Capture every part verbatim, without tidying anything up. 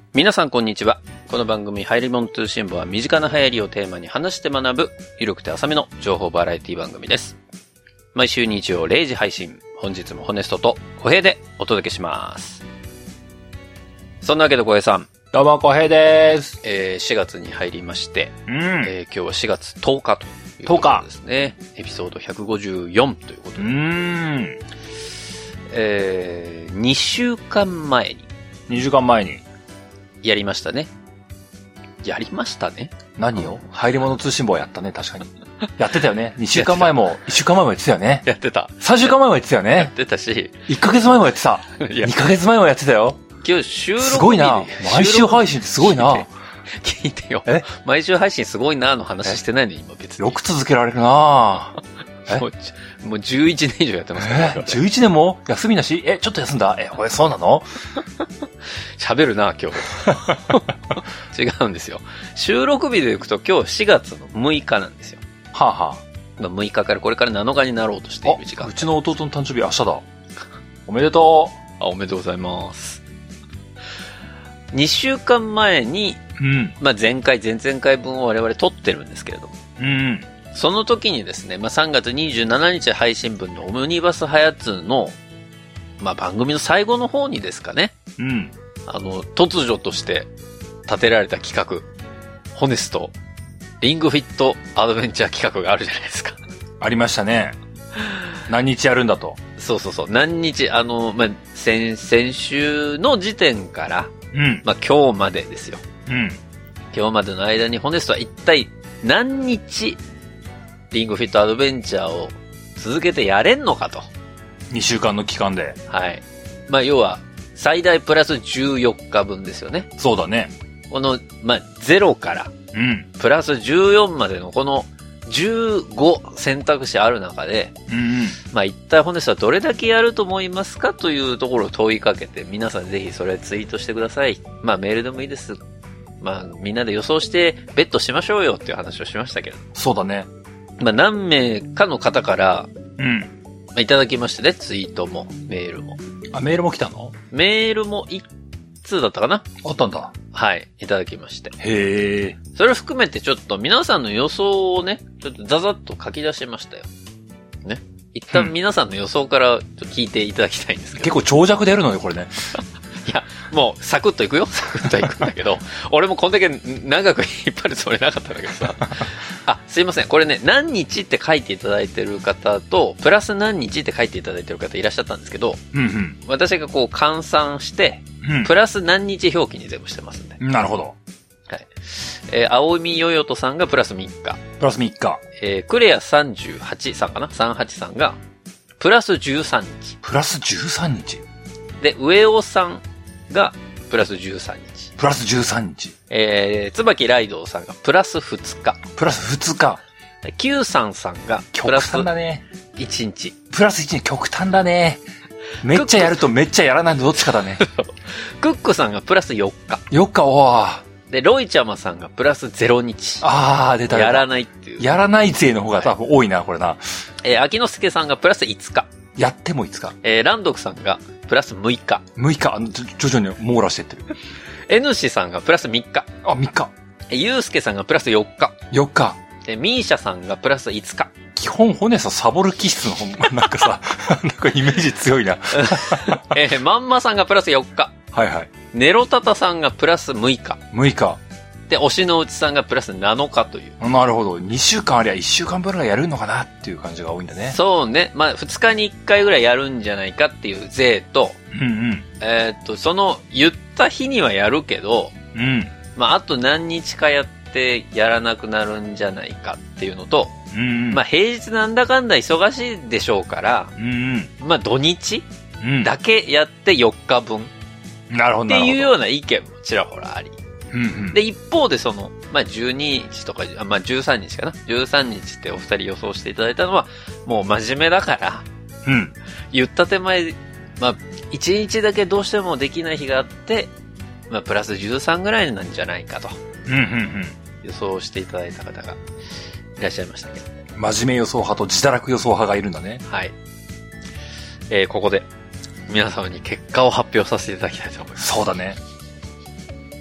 皆さんこんにちは。この番組ハイリモン通信簿は身近な流行りをテーマに話して学ぶゆるくて浅めの情報バラエティ番組です。毎週日曜れいじ配信、本日もホネストと小平でお届けします。そんなわけで小平さん、 どうも小平です。 えー、しがつに入りまして、 うんえー、今日はしがつとおかということですね。エピソードひゃくごじゅうよんということで、うーん、えー、にしゅうかんまえににしゅうかんまえにやりましたね。やりましたね。 何よ？入り物通信簿やったね、確かに。やってたよね。にしゅうかんまえも、いっしゅうかんまえもやってたよね。 やってた。 さんしゅうかんまえもやってたよね。 やってたし。 いっかげつまえもやってた。いやにかげつまえもやってたよ。 今日収録日すごいな。毎週配信ってすごいな。 聞いてよ。え？毎週配信すごいなの話してないの今別に。 よく続けられるなもう、もうじゅういちねん以上やってますから、 えー、じゅういちねんも休みなし？え、ちょっと休んだ？え、これそうなの？ 喋るな、今日。違うんですよ。収録日でいくと今日しがつのむいかなんですよ。 はあはあ。むいかからこれからなのかになろうとしている時間。 うちの弟の誕生日明日だ。おめでとう。あ、おめでとうございます。にしゅうかんまえに、うん、まあ前回、前々回分を我々撮ってるんですけれども。うん。その時にですね、まあさんがつにじゅうしちにち配信分のオムニバスハヤツの、まあ番組の最後の方にですかね。うん。あの、突如として立てられた企画、ホネスト、リングフィットアドベンチャー企画があるじゃないですか。 ありましたね。何日やるんだと。 そうそうそう。何日、あの、まあ、先、先週の時点から、うん。まあ今日までですよ。うん。今日までの間にホネストは一体何日、リングフィットアドベンチャーを続けてやれんのかと。 にしゅうかんの期間で。 はい。まあ要は、最大プラスじゅうよっかぶんですよね。 そうだね。 この、まあ、ゼロから、うん。プラスじゅうよんまでのこのじゅうご選択肢ある中で、うん、うん。まあ一体ホネストはどれだけやると思いますかというところを問いかけて、皆さんぜひそれツイートしてください。まあメールでもいいです。まあみんなで予想してベットしましょうよっていう話をしましたけど。 そうだね。 まあ何名かの方から、うん。まあ、いただきましてね、ツイートも、メールも。 あ、メールも来たの？ メールも一通だったかな？ あったんだ。 はい、いただきまして。 へー。 それを含めてちょっと皆さんの予想をね、ちょっとザザッと書き出しましたよ。ね。一旦皆さんの予想からちょっと聞いていただきたいんですけど。 結構長尺でやるのよ、これね。 いや、もう、サクッといくよ。サクッといくんだけど、俺もこんだけ長く引っ張るつもりなかったんだけどさ。あ、すいません。これね、何日って書いていただいてる方と、プラス何日って書いていただいてる方いらっしゃったんですけど、うんうん、私がこう換算して、うん、プラス何日表記に全部してますんで。 なるほど。 はい。えー、青海よよとさんがプラスみっか。 プラスみっか。 えー、クレアさんじゅうはちさんかな ?さんじゅうはち さんが、プラスじゅうさんにち。 プラスじゅうさんにち。 で、上尾さんが、プラスじゅうさんにち。 プラスじゅうさんにち。 えー、椿ライドウさんがプラスふつか。 プラスふつか。 キューさんさんがプラスいちにち。 プラスいちにち、極端だね。めっちゃやるとめっちゃやらないのどっちかだね。 クックさんがプラスよっか。 よっか、おー。 で、ロイチャマさんがプラスゼロにち。 あー、出た。 やらないっていう。 やらない勢の方が多分多いな、これな。 えー、秋之助さんがプラスいつか。 やってもいつか。 えー、ランドクさんがプラスむいか。 むいか、徐々に網羅してってる。 エヌシさんがプラスみっか。 あ、みっか。 えー、ユウスケさんがプラスよっか。 よっか。 で、ミーシャさんがプラスいつか。 基本、ホネさ、サボる気質の、なんかさ、なんかイメージ強いな。 えー、まんまさんがプラスよっか。 はいはい。 ネロタタさんがプラスむいか。 むいか。 で、推しのうちさんがプラスなのかという。 なるほど。にしゅうかんありゃいっしゅうかんぶんがやるのかなっていう感じが多いんだね。 そうね。まあ、ふつかにいっかいぐらいやるんじゃないかっていう税と、 うんうん。 えー、っと、その、言った日にはやるけど、うん。まあ、あと何日かやってやらなくなるんじゃないかっていうのと、うんうん。まあ、平日なんだかんだ忙しいでしょうから、うんうん。まあ、土日、うん、だけやってよっかぶん。 なるほど。 っていうような意見もちらほらあり。 うんうん、 で、一方でその、まあ、じゅうににちとか、まあ、じゅうさんにちかな。じゅうさんにちってお二人予想していただいたのは、もう真面目だから、 うん。 言った手前、まあ、いちにちだけどうしてもできない日があって、まあ、プラスじゅうさんぐらいなんじゃないかと。 うんうんうん。 予想していただいた方がいらっしゃいましたけど。 真面目予想派と自堕落予想派がいるんだね。 はい。えー、ここで、皆様に結果を発表させていただきたいと思います。 そうだね。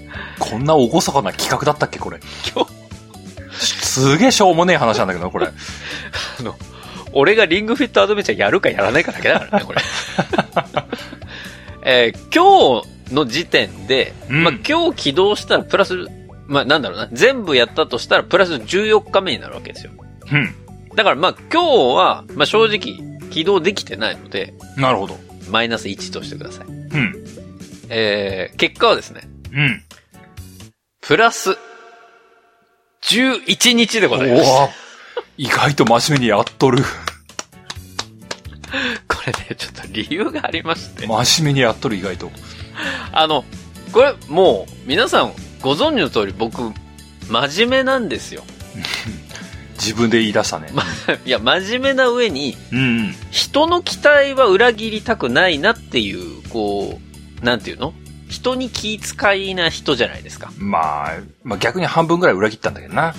こんなおごそかな企画だったっけこれ。今日すげえしょうもねえ話なんだけどこれ。 あの俺がリングフィットアドベンチャーやるかやらないかだけだからねこれ。えー、今日の時点で、うん、まあ今日起動したらプラスまあなんだろうな全部やったとしたらプラスじゅうよっかめになるわけですよ。 うん。 だからまあ今日はまあ正直起動できてないので。 なるほど。 マイナスいちとしてください。うん。 えー、結果はですね。 うん。 プラスじゅういちにちでございます。お意外と真面目にやっとる。 これね、ちょっと理由がありまして。 真面目にやっとる意外と。 あの、これもう皆さんご存知の通り僕真面目なんですよ。 自分で言い出したね。 ま、いや、真面目な上に、 うんうん、 人の期待は裏切りたくないなっていう、こう、なんていうの？人に気遣いな人じゃないですか。 まあ、まあ逆に半分ぐらい裏切ったんだけどな。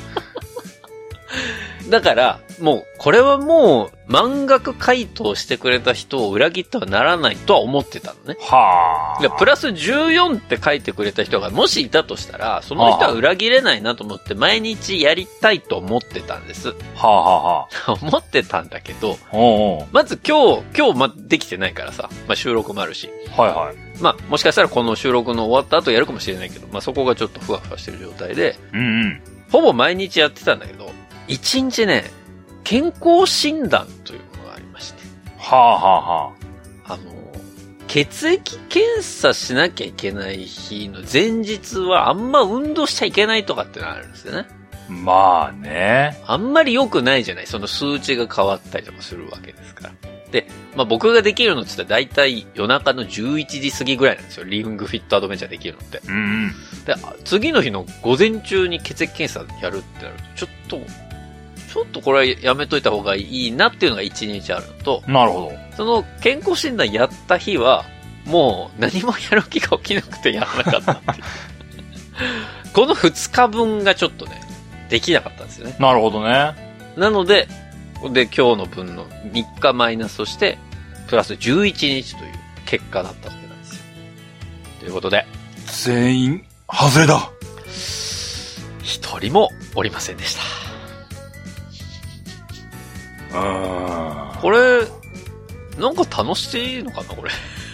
だから、もう、これはもう、満額回答してくれた人を裏切ってはならないとは思ってたのね。 はあ。プラスじゅうよんって書いてくれた人がもしいたとしたら、その人は裏切れないなと思って毎日やりたいと思ってたんです。 はあはあはあ。思ってたんだけど、 おうおうまず今日、今日まできてないからさ、まあ収録もあるし。 はいはい。 まあもしかしたらこの収録の終わった後やるかもしれないけど、まあそこがちょっとふわふわしてる状態で、 うんうん。 ほぼ毎日やってたんだけど、一日ね、健康診断というものがありまして。 はあはあはあ。あの、血液検査しなきゃいけない日の前日はあんま運動しちゃいけないとかってのがあるんですよね。 まあね。 あんまり良くないじゃない。その数値が変わったりとかするわけですから。で、まあ僕ができるのって言ったら大体夜中のじゅういちじ過ぎぐらいなんですよ。リングフィットアドベンチャーできるのって。 うんうん。 で、次の日の午前中に血液検査やるってなると、ちょっと、ちょっとこれはやめといた方がいいなっていうのが一日あるのと。 なるほど。 その健康診断やった日は、もう何もやる気が起きなくてやらなかったっていう。この二日分がちょっとね、できなかったんですよね。 なるほどね。 なので、で、今日の分のみっかマイナスとして、プラスじゅういちにちという結果だったわけなんですよ。ということで。 全員、外れだ。 一人もおりませんでした。 あー。 これ、なんか楽しいのかな、これ。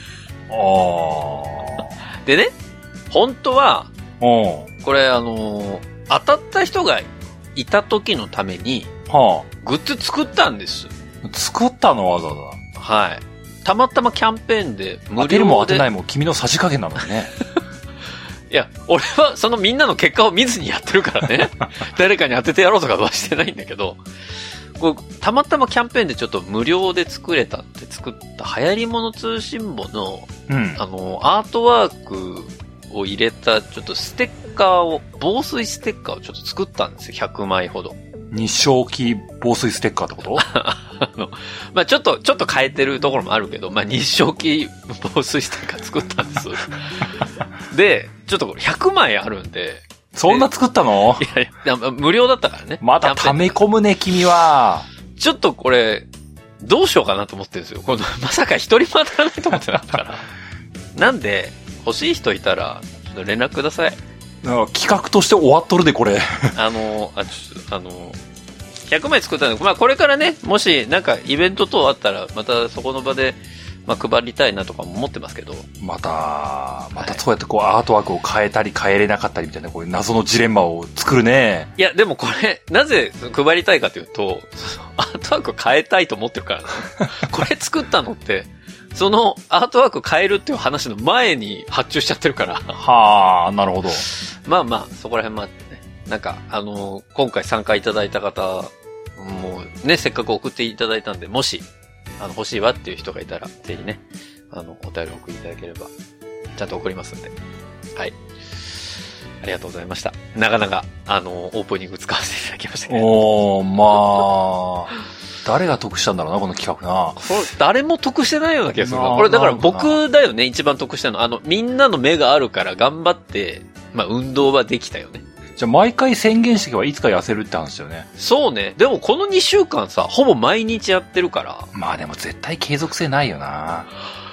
あー。でね、本当は、 これあのー、当たった人がいた時のために、 はあ、 グッズ作ったんです。 作ったのわざわざ。はい。たまたまキャンペーンで無料で。当てるも当てないも君のさじ加減なのね。 いや、俺はそのみんなの結果を見ずにやってるからね。誰かに当ててやろうとかはしてないんだけど、こうたまたまキャンペーンでちょっと無料で作れたって作った流行り物通信簿の、 うん、 あの、アートワークを入れたちょっとステッカーを、防水ステッカーをちょっと作ったんですよ。ひゃくまいほど。 日照機防水ステッカーってことあの、まあ、ちょっと、ちょっと変えてるところもあるけど、まあ、日照機防水ステッカー作ったんです。で、ちょっとひゃくまいあるんで。 そんな作ったの？ いやいや、無料だったからね。 また溜め込むね、君は。 ちょっとこれ、どうしようかなと思ってるんですよ。このまさか一人も当たらないと思ってなかったから。なんで、欲しい人いたら、ちょっと連絡ください。 企画として終わっとるで、これ。 あの、あ、ちょっと、あの、ひゃくまい作ったので、まあこれからね、もしなんかイベント等あったら、またそこの場で、まあ配りたいなとかも思ってますけど。 また、またそうやってこう、はい、アートワークを変えたり変えれなかったりみたいな、こういう謎のジレンマを作るね。 いや、でもこれ、なぜ配りたいかというと、アートワークを変えたいと思ってるから、ね、これ作ったのって、そのアートワーク変えるっていう話の前に発注しちゃってるから。 はあ、なるほど。 まあまあ、そこら辺もあってね。なんか、あのー、今回参加いただいた方、もうね、せっかく送っていただいたんで、もし、あの、欲しいわっていう人がいたら、ぜひね、あの、お便りを送りいただければ、ちゃんと送りますんで。はい。ありがとうございました。なかなか、あの、オープニング使わせていただきましたけど。 おー、まあ、誰が得したんだろうな、この企画な。 これ、誰も得してないような気がするな。これ、だから僕だよね、一番得したの。あの、みんなの目があるから頑張って、まあ、運動はできたよね。 じゃあ、毎回宣言していけばいつか痩せるって話だよね。 そうね。でも、このにしゅうかんさ、ほぼ毎日やってるから。 まあでも絶対継続性ないよな。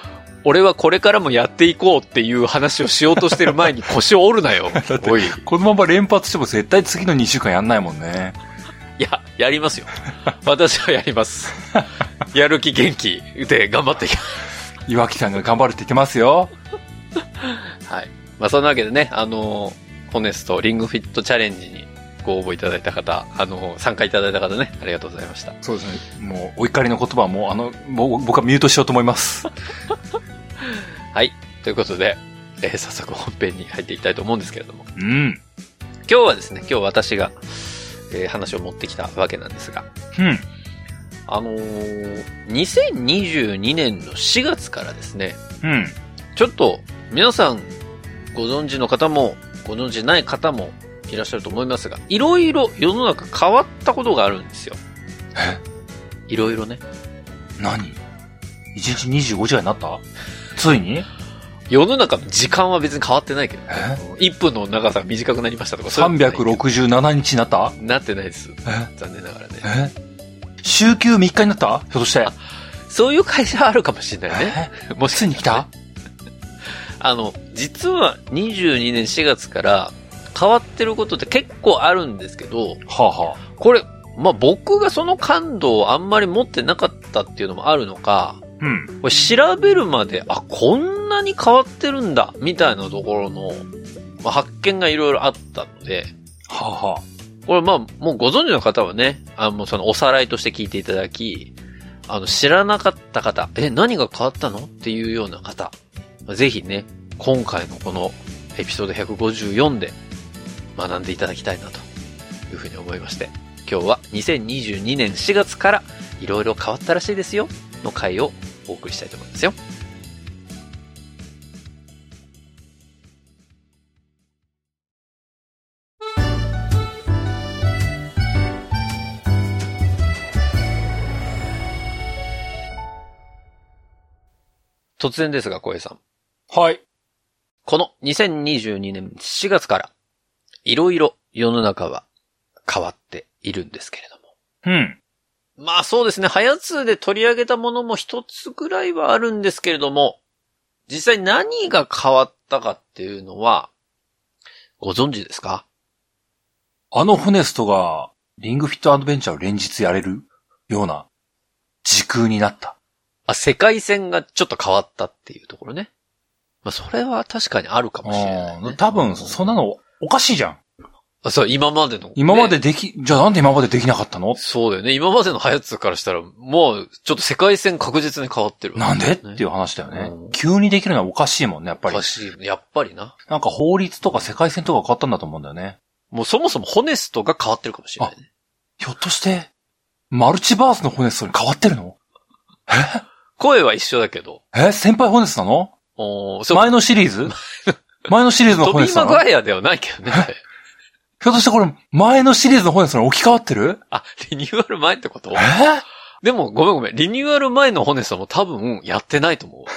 俺はこれからもやっていこうっていう話をしようとしてる前に腰を折るなよ。 だっておい、このまま連発しても絶対次のにしゅうかんやんないもんね。 いや、やりますよ。私はやります。やる気元気で頑張っていきます。 岩木さんが頑張るって言ってますよ。 はい。まあそんなわけでね、あの、ホネストリングフィットチャレンジにご応募いただいた方、あの、参加いただいた方ね、ありがとうございました。 そうですね。もう、お怒りの言葉はもう、あの、もう僕はミュートしようと思います。 はい。ということで、えー、早速本編に入っていきたいと思うんですけれども。 うん。 今日はですね、今日私が、えー、話を持ってきたわけなんですが。 うん。 あのー、にせんにじゅうにねんのしがつからですね。 うん。 ちょっと、皆さん、ご存知の方も、ご存知ない方もいらっしゃると思いますが、いろいろ世の中変わったことがあるんですよ。 え？ いろいろね。 何？いちにちにじゅうごじかんになった？ついに？ 世の中の時間は別に変わってないけど、いっぷんの長さが短くなりましたとか、 さんびゃくろくじゅうななにちになった？ なってないです。残念ながらね。 え？週休みっかになった？ひょっとして。 そういう会社はあるかもしれないね。 もうついに来た？ あの、実はにじゅうにねんしがつから変わってることって結構あるんですけど、 はあはあ、 これ、まあ、僕がその感度をあんまり持ってなかったっていうのもあるのか、 うん。 これ調べるまで、あ、こんなに変わってるんだ、みたいなところの、まあ、発見がいろいろあったので、 はあはあ、 これまあ、もうご存知の方はね、あの、そのおさらいとして聞いていただき、あの、知らなかった方、え、何が変わったのっていうような方、ぜひね、今回のこのエピソードひゃくごじゅうよんで学んでいただきたいなというふうに思いまして、今日はにせんにじゅうにねんしがつからいろいろ変わったらしいですよの回をお送りしたいと思いますよ。突然ですが、小江さん。 はい。 このにせんにじゅうにねんしがつからいろいろ世の中は変わっているんですけれども。 うん。 まあそうですね、はやつで取り上げたものも一つぐらいはあるんですけれども、実際何が変わったかっていうのは、ご存知ですか？ あのホネストがリングフィットアドベンチャーを連日やれるような時空になった。 あ、世界線がちょっと変わったっていうところね。まあそれは確かにあるかもしれない、ね。 多分、そんなのおかしいじゃん。 あ、そう、今までの、ね。 今まででき、じゃあなんで今までできなかったの？ そうだよね。今までのハヤツからしたら、もう、ちょっと世界線確実に変わってる、 ね。なんでっていう話だよね、うん。急にできるのはおかしいもんね、やっぱり。 おかしい。やっぱりな。 なんか法律とか世界線とか変わったんだと思うんだよね。 もうそもそもホネストが変わってるかもしれないね。 ひょっとして、マルチバースのホネストに変わってるの？え？ 声は一緒だけど。 え？先輩ホネストなの？ お前のシリーズ前のシリーズのホネストなの？ トビー・マグワイアではないけどね。 ひょっとしてこれ、前のシリーズのホネストに置き換わってる？ あ、リニューアル前ってこと？ え？ でも、ごめんごめん。リニューアル前のホネストも多分、やってないと思う。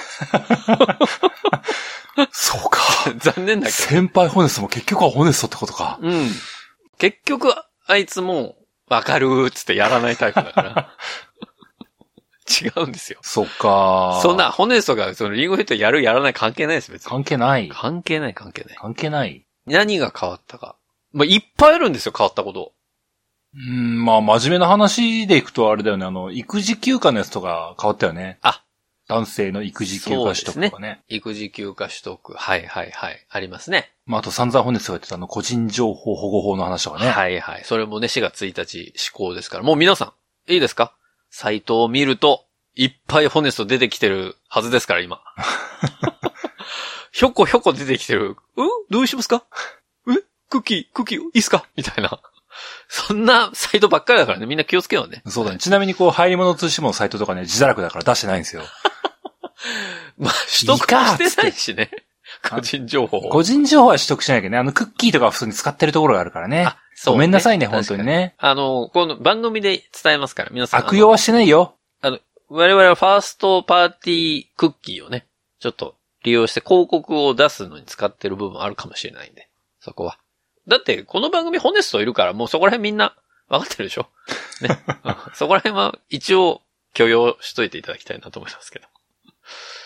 そうか。 残念だけど。 先輩ホネストも結局はホネストってことか。 うん。結局、あいつも、わかるーっつってやらないタイプだから。違うんですよ。 そっか。 そんな、ホネストが、そのリングフィットやるやらない関係ないです、別に。 関係ない。 関係ない関係ない。 関係ない。 何が変わったか。まあ、いっぱいあるんですよ、変わったこと。 うん、まあ、真面目な話でいくとあれだよね、あの、育児休暇のやつとか変わったよね。 あ。 男性の育児休暇取得とかね。ね。 育児休暇取得。はいはいはい。ありますね。 まあ、あと散々ホネストが言ってたあの、個人情報保護法の話とかね。 はいはい。それもね、しがついたち施行ですから。もう皆さん、いいですか？サイトを見ると、いっぱいホネスト出てきてるはずですから、今。ひょこひょこ出てきてる。うんどうしますか？えクッキー、クッキー、いいっすかみたいな。そんなサイトばっかりだからね、みんな気をつけようね。 そうだね。ちなみにこう、入り物通し物のサイトとかね、自堕落だから出してないんですよ。 まあ、取得してないしね。個人情報。 個人情報は取得しないけどね。あの、クッキーとか普通に使ってるところがあるからね。あ、そう、ね。ごめんなさいね、本当にね。 あの、この番組で伝えますから、皆さん。 悪用はしてないよ。 あの、我々はファーストパーティークッキーをね、ちょっと利用して広告を出すのに使ってる部分あるかもしれないんで、そこは。だって、この番組ホネストいるから、もうそこら辺みんな分かってるでしょね。そこら辺は一応許容しといていただきたいなと思いますけど。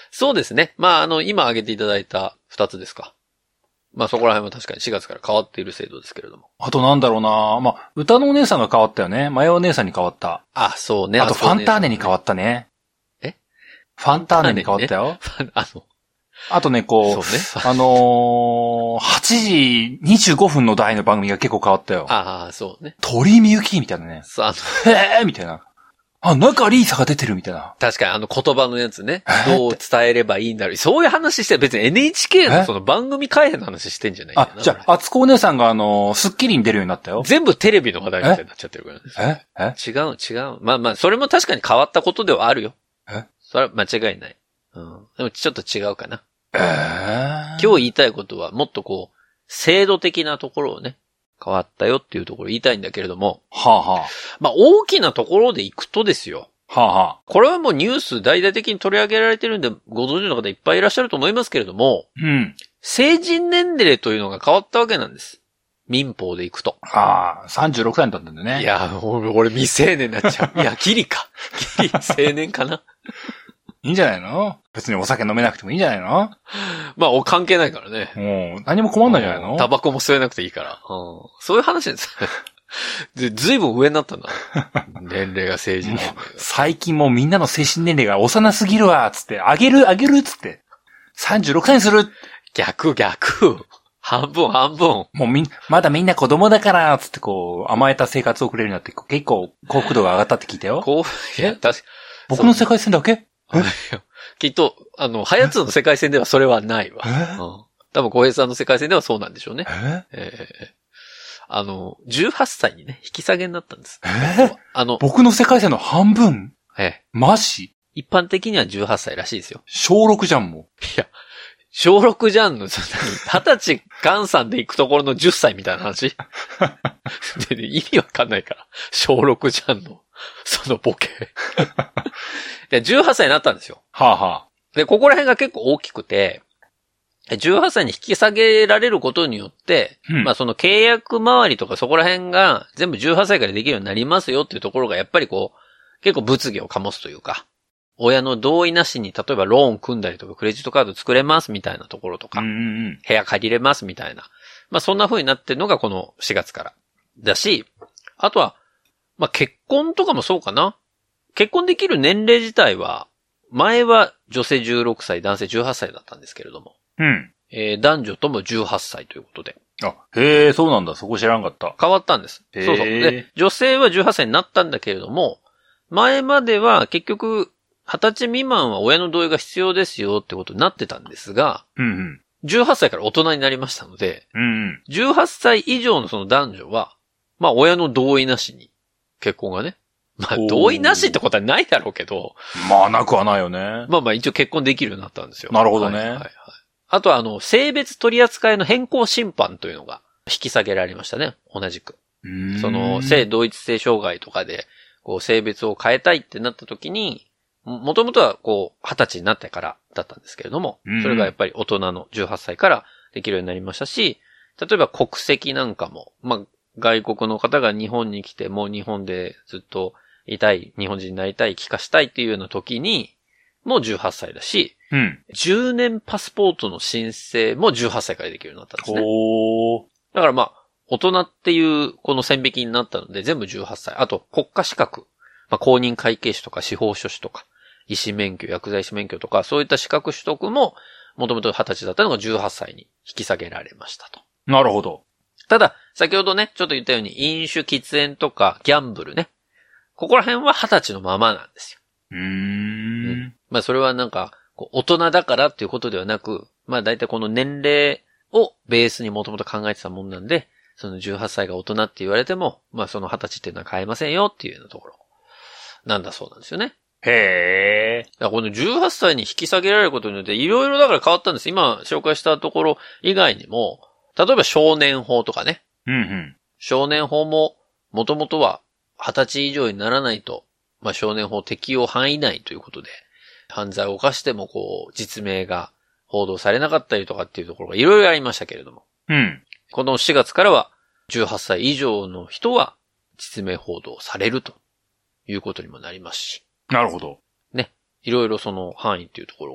そうですね。まあ、あの、今挙げていただいた二つですか。まあそこら辺は確かにしがつから変わっている制度ですけれども。 あとなんだろうなまあ、歌のお姉さんが変わったよね。マヨお姉さんに変わった。 あ、そうね。 あとファンターネに変わったね。 えファンターネに変わったよ。 ね、あの、 あとね、こう、そうね、あのー、はちじにじゅうごふんの台の番組が結構変わったよ。 ああ、そうね。 鳥みゆきみたいなね。 そう、あの、 へーみたいな。あ、中リーサが出てるみたいな。 確かにあの言葉のやつね。どう伝えればいいんだろう。そういう話して別に エヌエイチケー のその番組改編の話してんじゃないんだよな。 あ、じゃあ、あつこお姉さんがあの、スッキリに出るようになったよ。 全部テレビの話題みたいになっちゃってるからね。ええ違う、違う。まあまあ、それも確かに変わったことではあるよ。 えそれは間違いない。うん。でもちょっと違うかな。 えー、 今日言いたいことはもっとこう、制度的なところをね、変わったよっていうところを言いたいんだけれども。 はあはあ。 まあ大きなところで行くとですよ。 はあはあ。 これはもうニュース大々的に取り上げられてるんでご存知の方いっぱいいらっしゃると思いますけれども。 うん。 成人年齢というのが変わったわけなんです。民法で行くと。 ああ、さんじゅうろくさいだったんだね。 いや、俺、俺未成年になっちゃう。いや、ギリか。ギリ青年かな。 いいんじゃないの？別にお酒飲めなくてもいいんじゃないの？ まあ、関係ないからね。 もう、何も困んないんじゃないの？ タバコも吸えなくていいから。うん、そういう話です。で、ずいぶん上になったんだ。年齢が成人年齢が。 最近もうみんなの精神年齢が幼すぎるわ、つって、上げる上げるつって。さんじゅうろくさいにする。 逆逆。半分半分。 もうみん、まだみんな子供だから、つってこう、甘えた生活を送れるようになって、結構幸福度が上がったって聞いたよ。 こう、いや、確か僕の世界線だけ？ きっと、あの、ハヤツの世界線ではそれはないわ。うん、多分、小平さんの世界線ではそうなんでしょうね。 ええー、あの、じゅうはっさいにね、引き下げになったんです。 えー、 あの、 僕の世界線の半分？ ええ。 マジ？ 一般的にはじゅうはっさいらしいですよ。 小ろくじゃんもう。 いや、小ろくじゃんの、そんなに、二十歳換算で行くところのじゅっさいみたいな話で、ね、意味わかんないから。小ろくじゃんの、そのボケ。で、じゅうはっさいになったんですよ。 はあはあ。 で、ここら辺が結構大きくて、じゅうはっさいに引き下げられることによって、うん、まあその契約周りとかそこら辺が全部じゅうはっさいからできるようになりますよっていうところがやっぱりこう、結構物議を醸すというか、親の同意なしに例えばローン組んだりとかクレジットカード作れますみたいなところとか、 うんうん、 部屋借りれますみたいな、まあそんな風になってるのがこのしがつからだし、あとは、まあ結婚とかもそうかな。結婚できる年齢自体は、前は女性じゅうろくさい、男性じゅうはっさいだったんですけれども。 うん。 えー、男女ともじゅうはっさいということで。 あ、へえ、そうなんだ。そこ知らんかった。 変わったんです。そうそう。で、女性はじゅうはっさいになったんだけれども、前までは結局、はたち未満は親の同意が必要ですよってことになってたんですが、 うんうん、 じゅうはっさいから大人になりましたので、 うんうん、 じゅうはっさい以上のその男女は、まあ親の同意なしに結婚がね、まあ、同意なしってことはないだろうけど。 まあ、なくはないよね。 まあまあ、一応結婚できるようになったんですよ。 なるほどね。 はいはいはい。あとは、あの、性別取扱いの変更審判というのが引き下げられましたね。同じく。その、性同一性障害とかで、こう、性別を変えたいってなった時に、もともとは、こう、二十歳になってからだったんですけれども、それがやっぱり大人のじゅうはっさいからできるようになりましたし、例えば国籍なんかも、まあ、外国の方が日本に来て、もう日本でずっと、いたい、日本人になりたい、帰化したいっていうような時に、もうじゅうはっさいだし、 うん、 じゅうねんパスポートの申請もじゅうはっさいからできるようになったんですね。 おー。 だからまあ、大人っていうこの線引きになったので、全部じゅうはっさい。あと、国家資格、まあ、公認会計士とか司法書士とか、医師免許、薬剤師免許とか、そういった資格取得も、もともとはたちだったのがじゅうはっさいに引き下げられましたと。 なるほど。 ただ、先ほどね、ちょっと言ったように、飲酒、喫煙とか、ギャンブルね。ここら辺は二十歳のままなんですよ。 うーん。うん、 まあそれはなんか、大人だからっていうことではなく、まあ大体この年齢をベースにもともと考えてたもんなんで、そのじゅうはっさいが大人って言われても、まあその二十歳っていうのは変えませんよっていうようなところなんだそうなんですよね。 へー。 だからこのじゅうはっさいに引き下げられることによっていろいろだから変わったんです。今紹介したところ以外にも、例えば少年法とかね。 うんうん。 少年法ももともとは二十歳以上にならないと、まあ少年法適用範囲内ということで、犯罪を犯してもこう、実名が報道されなかったりとかっていうところがいろいろありましたけれども。 うん。 このしがつからは、じゅうはっさい以上の人は、実名報道されるということにもなりますし。 なるほど。 ね。いろいろその範囲っていうところが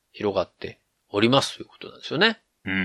広がっておりますということなんですよね。 うーん。うん。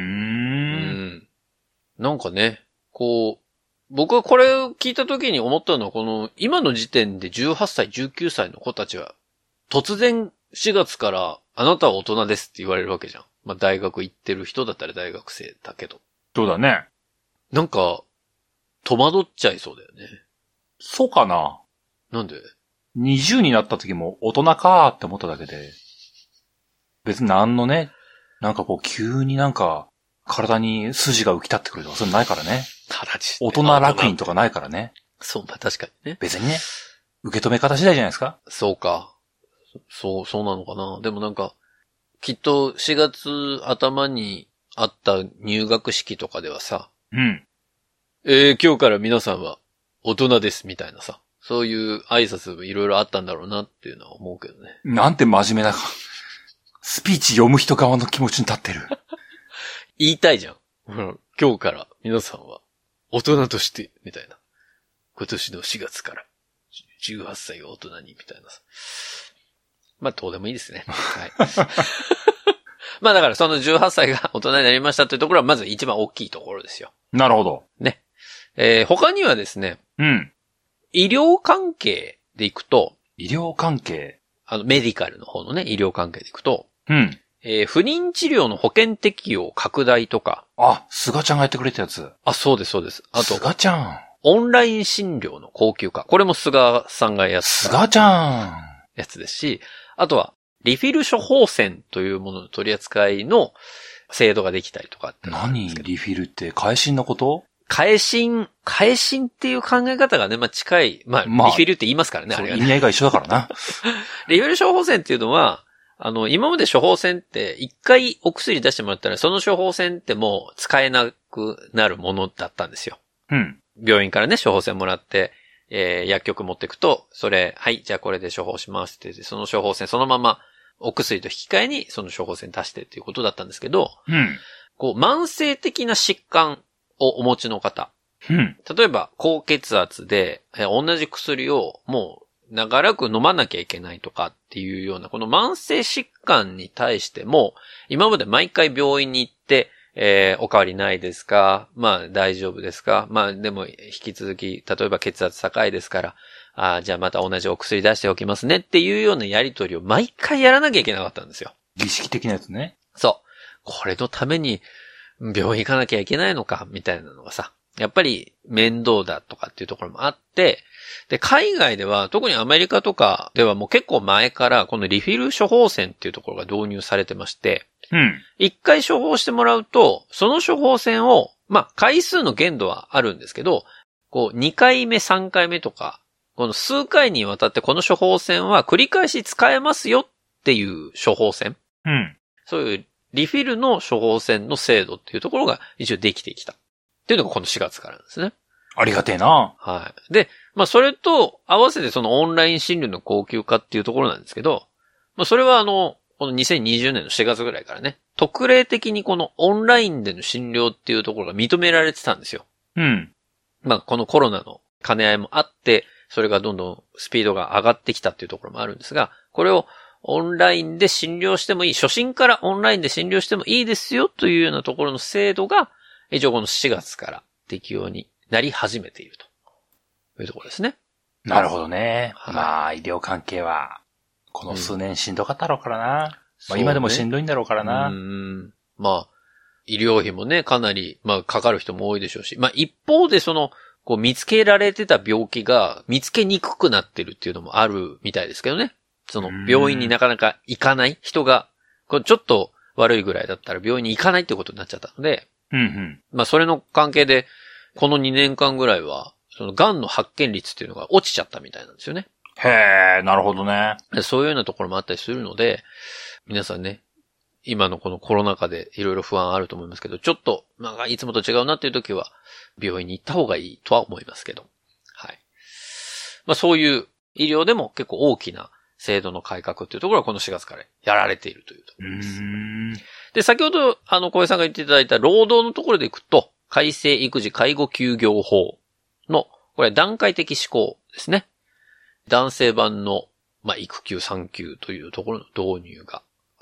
なんかね、こう、僕はこれを聞いた時に思ったのは、この、今の時点でじゅうはっさい、じゅうきゅうさいの子たちは、突然しがつから、あなたは大人ですって言われるわけじゃん。まあ、大学行ってる人だったら大学生だけど。 そうだね。 なんか、戸惑っちゃいそうだよね。 そうかな。 なんで？ にじゅうになった時も大人かーって思っただけで、別に何のね、なんかこう急になんか体に筋が浮き立ってくるとかそういうのないからね。大人楽印とかないからね。 そう、まあ確かにね。 別にね、受け止め方次第じゃないですか。 そうか。そう、そうなのかな。でもなんか、きっとしがつ頭にあった入学式とかではさ、 うん。 えー、今日から皆さんは大人ですみたいなさ、そういう挨拶もいろいろあったんだろうなっていうのは思うけどね。 なんて真面目な、スピーチ読む人側の気持ちに立ってる。 言いたいじゃん。今日から皆さんは大人として、みたいな。今年のしがつからじゅうはっさいが大人に、みたいなさ。まあ、どうでもいいですね。はい。まあだからそのじゅうはっさいが大人になりましたというところはまず一番大きいところですよ。 なるほど。 ね。えー、他にはですね。 うん。 医療関係でいくと。 医療関係あの、メディカルの方のね、医療関係でいくと。 うん。 えー、不妊治療の保険適用拡大とか。 あ、菅ちゃんがやってくれたやつ。 あ、そうです、そうです。あと。 菅ちゃん。 オンライン診療の高級化。これも菅さんがやった。 菅ちゃん。 やつですし、あとは、リフィル処方箋というものの取り扱いの制度ができたりとかって何リフィルって返信のこと？ 返信、返信っていう考え方がね、まあ近い、まあ、まあ、リフィルって言いますからね、あれがね。 意味合いが一緒だからな。 リフィル処方箋っていうのは、あの、今まで処方箋って一回お薬出してもらったら、その処方箋ってもう使えなくなるものだったんですよ。 うん。 病院からね、処方箋もらって、えー、薬局持っていくと、それ、はい、じゃあこれで処方しますって言って、その処方箋そのままお薬と引き換えにその処方箋出してっていうことだったんですけど、 うん。 こう、慢性的な疾患をお持ちの方。 うん。 例えば、高血圧で、同じ薬をもう長らく飲まなきゃいけないとかっていうような、この慢性疾患に対しても、今まで毎回病院に行って、えー、お変わりないですか？まあ大丈夫ですか？まあでも引き続き、例えば血圧高いですから、あじゃあまた同じお薬出しておきますねっていうようなやりとりを毎回やらなきゃいけなかったんですよ。 儀式的なやつね。 そう。これのために病院行かなきゃいけないのかみたいなのがさ、やっぱり面倒だとかっていうところもあって、で、海外では、特にアメリカとかではもう結構前からこのリフィル処方箋っていうところが導入されてまして、 うん。 一回処方してもらうと、その処方箋を、まあ、回数の限度はあるんですけど、こう、にかいめ、さんかいめとか、この数回にわたってこの処方箋は繰り返し使えますよっていう処方箋。 うん。 そういうリフィルの処方箋の制度っていうところが一応できてきた。っていうのがこのしがつからなんですね。 ありがてえな。 はい。で、まあ、それと合わせてそのオンライン診療の高級化っていうところなんですけど、まあ、それはあの、このにせんにじゅうねんのしがつぐらいからね、特例的にこのオンラインでの診療っていうところが認められてたんですよ。 うん。 まあ、このコロナの兼ね合いもあって、それがどんどんスピードが上がってきたっていうところもあるんですが、これをオンラインで診療してもいい、初診からオンラインで診療してもいいですよというようなところの制度が、一応このしがつから適用になり始めているというところですね。 なるほどね。はい、まあ、医療関係は、この数年しんどかったろうからな。うん、まあ、今でもしんどいんだろうからな。 うね、うんまあ、医療費もね、かなり、まあ、かかる人も多いでしょうし、まあ、一方でその、こう、見つけられてた病気が見つけにくくなってるっていうのもあるみたいですけどね。その、病院になかなか行かない人が、これちょっと悪いぐらいだったら病院に行かないってことになっちゃったので、 うんうん、 まあ、それの関係で、このにねんかんぐらいは、その、癌の発見率っていうのが落ちちゃったみたいなんですよね。 へー、なるほどね。 そういうようなところもあったりするので、皆さんね、今のこのコロナ禍でいろいろ不安あると思いますけど、ちょっと、まあ、いつもと違うなっていう時は、病院に行った方がいいとは思いますけど。はい。まあ、そういう医療でも結構大きな制度の改革っていうところはこのしがつからやられているというところです。 うーんで、先ほど、あの、小江さんが言っていただいた労働のところでいくと、改正育児介護休業法の、これ段階的施行ですね。男性版の、まあ、育休産休というところの導入が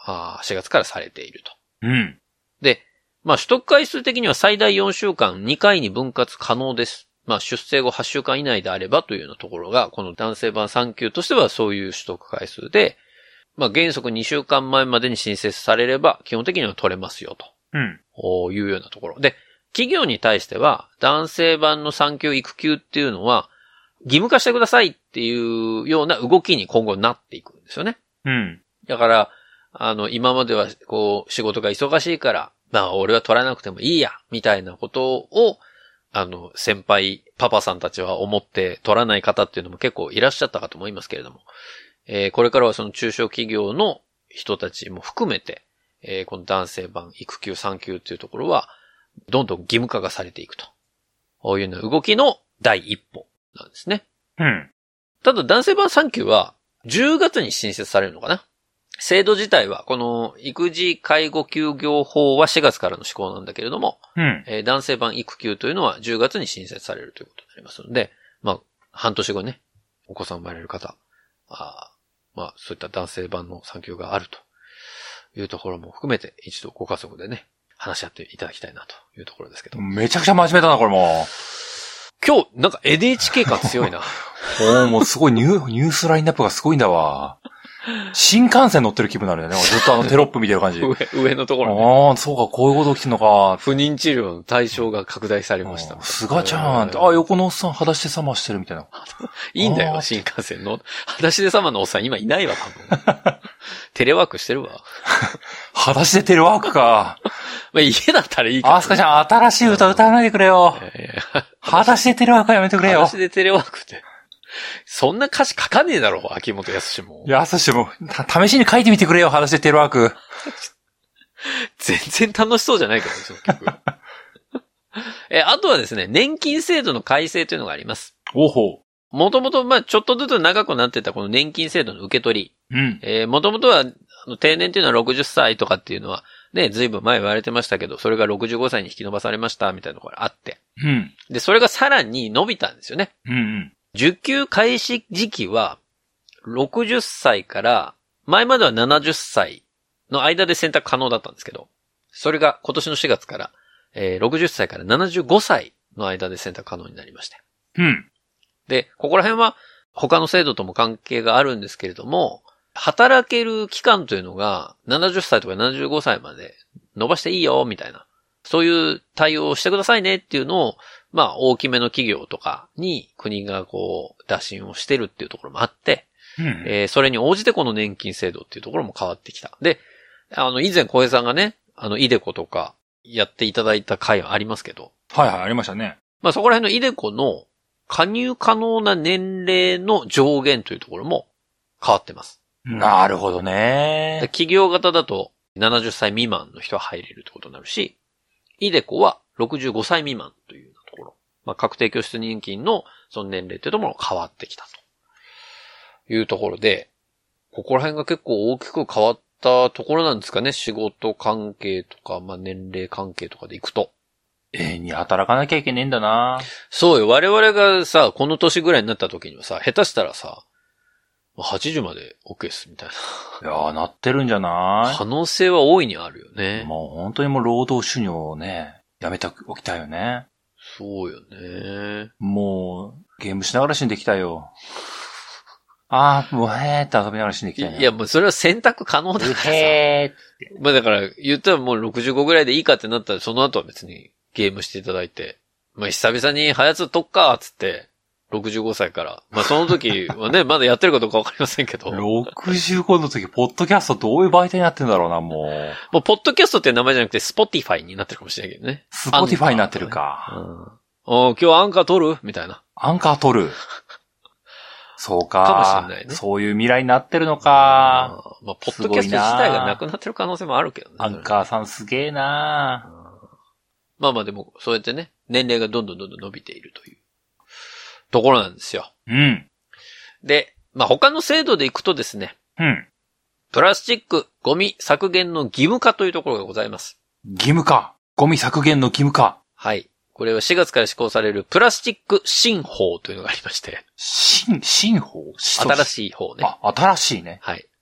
あしがつからされていると。 うん。 で、まあ取得回数的には最大よんしゅうかんにかいに分割可能です。まあ出生後はっしゅうかん以内であればというようなところが、この男性版さん級としてはそういう取得回数で、まあ原則にしゅうかんまえまでに申請されれば基本的には取れますよと。 うん。 いうようなところ。で、企業に対しては男性版の産休育休っていうのは義務化してくださいっていうような動きに今後なっていくんですよね。 うん。 だから、あの、今まではこう仕事が忙しいから、まあ俺は取らなくてもいいや、みたいなことを、あの、先輩、パパさんたちは思って取らない方っていうのも結構いらっしゃったかと思いますけれども、えー、これからはその中小企業の人たちも含めて、えー、この男性版育休産休っていうところは、どんどん義務化がされていくと。こういうような動きの第一歩なんですね。 うん。 ただ男性版産休はじゅうがつに新設されるのかな。制度自体は、この育児介護休業法はしがつからの施行なんだけれども、 うんえー、男性版育休というのはじゅうがつに新設されるということになりますので、まあ、半年後ね、お子さん生まれる方、あまあ、そういった男性版の産休があるというところも含めて、一度ご家族でね、話し合っていただきたいなというところですけど。 めちゃくちゃ真面目だな、これもう。 今日、なんか エヌエイチケー 感強いな。 おー、もうすごいニュー、ニュースラインナップがすごいんだわ。新幹線乗ってる気分になるよね。ずっとあのテロップ見てる感じ。 上、上のところね。 ああ、そうか、こういうこと起きてんのか。 不妊治療の対象が拡大されました。 すがちゃんって、あ、横のおっさん裸足でサマーしてるみたいな。 いいんだよ、新幹線の。裸足でサマーのおっさん今いないわ、多分。テレワークしてるわ。 裸足でテレワークか。 まあ家だったらいいけど、ね。 あすかちゃん、新しい歌歌わないでくれよ。裸足でテレワークはやめてくれよ。 裸足でテレワークって。そんな歌詞書かねえだろ、秋元康も。 康も、試しに書いてみてくれよ、裸足でテレワーク。 全然楽しそうじゃないけど、その曲。え、あとはですね、年金制度の改正というのがあります。 おほう。もともと、まあちょっとずつ長くなってたこの年金制度の受け取り。 うん。 えー、もともとは、あの定年っていうのはろくじゅっさいとかっていうのは、ね、ずいぶん前言われてましたけど、それがろくじゅうごさいに引き延ばされました、みたいなところがあって。 うん。 で、それがさらに伸びたんですよね。 うんうん。 受給開始時期は、ろくじゅっさいから、前まではななじゅっさいの間で選択可能だったんですけど、それが今年のしがつから、えー、ろくじゅっさいからななじゅうごさいの間で選択可能になりまして。 うん。 で、ここら辺は他の制度とも関係があるんですけれども、働ける期間というのがななじゅっさいとかななじゅうごさいまで伸ばしていいよ、みたいな。そういう対応をしてくださいねっていうのを、まあ大きめの企業とかに国がこう打診をしてるっていうところもあって、 うんえー、それに応じてこの年金制度っていうところも変わってきた。で、あの以前小江さんがね、あのイデコとかやっていただいた回はありますけど。 はいはい、ありましたね。 まあそこら辺のイデコの加入可能な年齢の上限というところも変わってます。 なるほどね。 企業型だとななじゅっさい未満の人は入れるってことになるし、イデコはろくじゅうごさい未満というところ。まあ、確定拠出年金のその年齢というところも変わってきたというところで、ここら辺が結構大きく変わったところなんですかね。仕事関係とか、まあ、年齢関係とかでいくと。 永遠に働かなきゃいけねえんだな。 そうよ。我々がさ、この年ぐらいになった時にはさ、下手したらさ、はちじゅうまで OK ですみたいな。いやー、なってるんじゃない？ 可能性は大いにあるよね。 もう本当にもう労働収入をね、やめておきたいよね。 そうよね。 もう、ゲームしながら死んでいきたいよ。ああ、もうへーって遊びながら死んでいきたい、ね。 いや、もうそれは選択可能だからさ。 へーって。 まあだから、言ったらもうろくじゅうごぐらいでいいかってなったら、その後は別にゲームしていただいて、まあ久々にハヤツ解っかーっつって、ろくじゅうごさいから。まあその時はね、まだやってるかどうかわかりませんけど。 ろくじゅうごの時、ポッドキャストどういう媒体になってんだろうな、もう。 もう、ポッドキャストっていう名前じゃなくて、スポティファイになってるかもしれないけどね。 スポティファイになってるか。 うん。お今日アンカー取るみたいな。 アンカー取る。そうか。 かもしれないね。 そういう未来になってるのか。 まあ、ポッドキャスト自体がなくなってる可能性もあるけどね。 アンカーさんすげえな。 まあまあでも、そうやってね、年齢がどんどんどんどん伸びているというところなんですよ。 うん。 で、まあ他の制度でいくとですね。 うん。 プラスチック、ゴミ削減の義務化というところがございます。 義務化。ゴミ削減の義務化。 はい。これはしがつから施行されるプラスチック新法というのがありまして。 新、新法？ 新しい法ね。 あ、新しいね。 はい。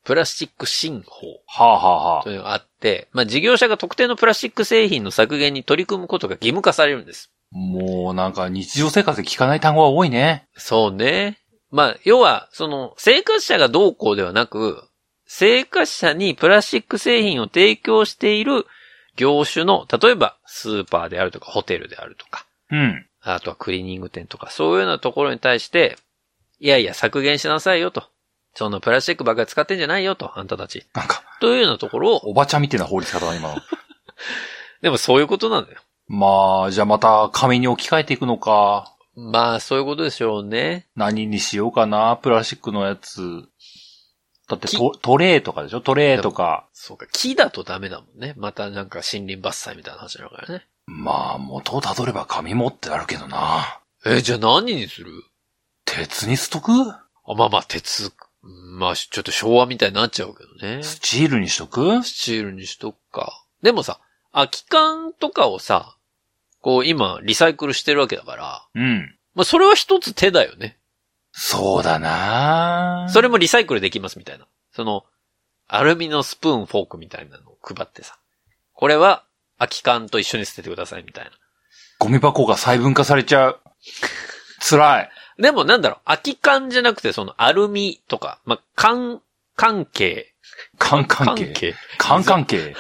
プラスチック新法。 はあはあはあ。 というのがあって、まあ事業者が特定のプラスチック製品の削減に取り組むことが義務化されるんです。 もうなんか日常生活で聞かない単語が多いね。 そうね。まあ、要は、その、生活者がどうこうではなく、生活者にプラスチック製品を提供している業種の、例えばスーパーであるとかホテルであるとか、 うん。 あとはクリーニング店とか、そういうようなところに対して、いやいや削減しなさいよと。そのプラスチックばっかり使ってんじゃないよと、あんたたち。 なんか。 というようなところを。 おばちゃんみたいな法律方だ、今の。 でもそういうことなんだよ。 まあ、じゃあまた紙に置き換えていくのか。 まあ、そういうことでしょうね。 何にしようかな、プラスチックのやつ。だってト、トレーとかでしょトレーとか。 そうか、木だとダメだもんね。またなんか森林伐採みたいな話になるからね。 まあ、元をたどれば紙もってあるけどな。 え、じゃあ何にする？ 鉄にしとく？ あ、まあまあ、鉄。まあ、ちょっと昭和みたいになっちゃうけどね。 スチールにしとく？ スチールにしとくか。でもさ、空き缶とかをさ、こう今、リサイクルしてるわけだから。 うん。 まあ、それは一つ手だよね。 そうだな。 それもリサイクルできますみたいな。その、アルミのスプーン、フォークみたいなのを配ってさ。これは、空き缶と一緒に捨ててくださいみたいな。 ゴミ箱が細分化されちゃう。辛い。 でもなんだろう、空き缶じゃなくてそのアルミとか、まあ、缶関係。 缶関係。缶関係。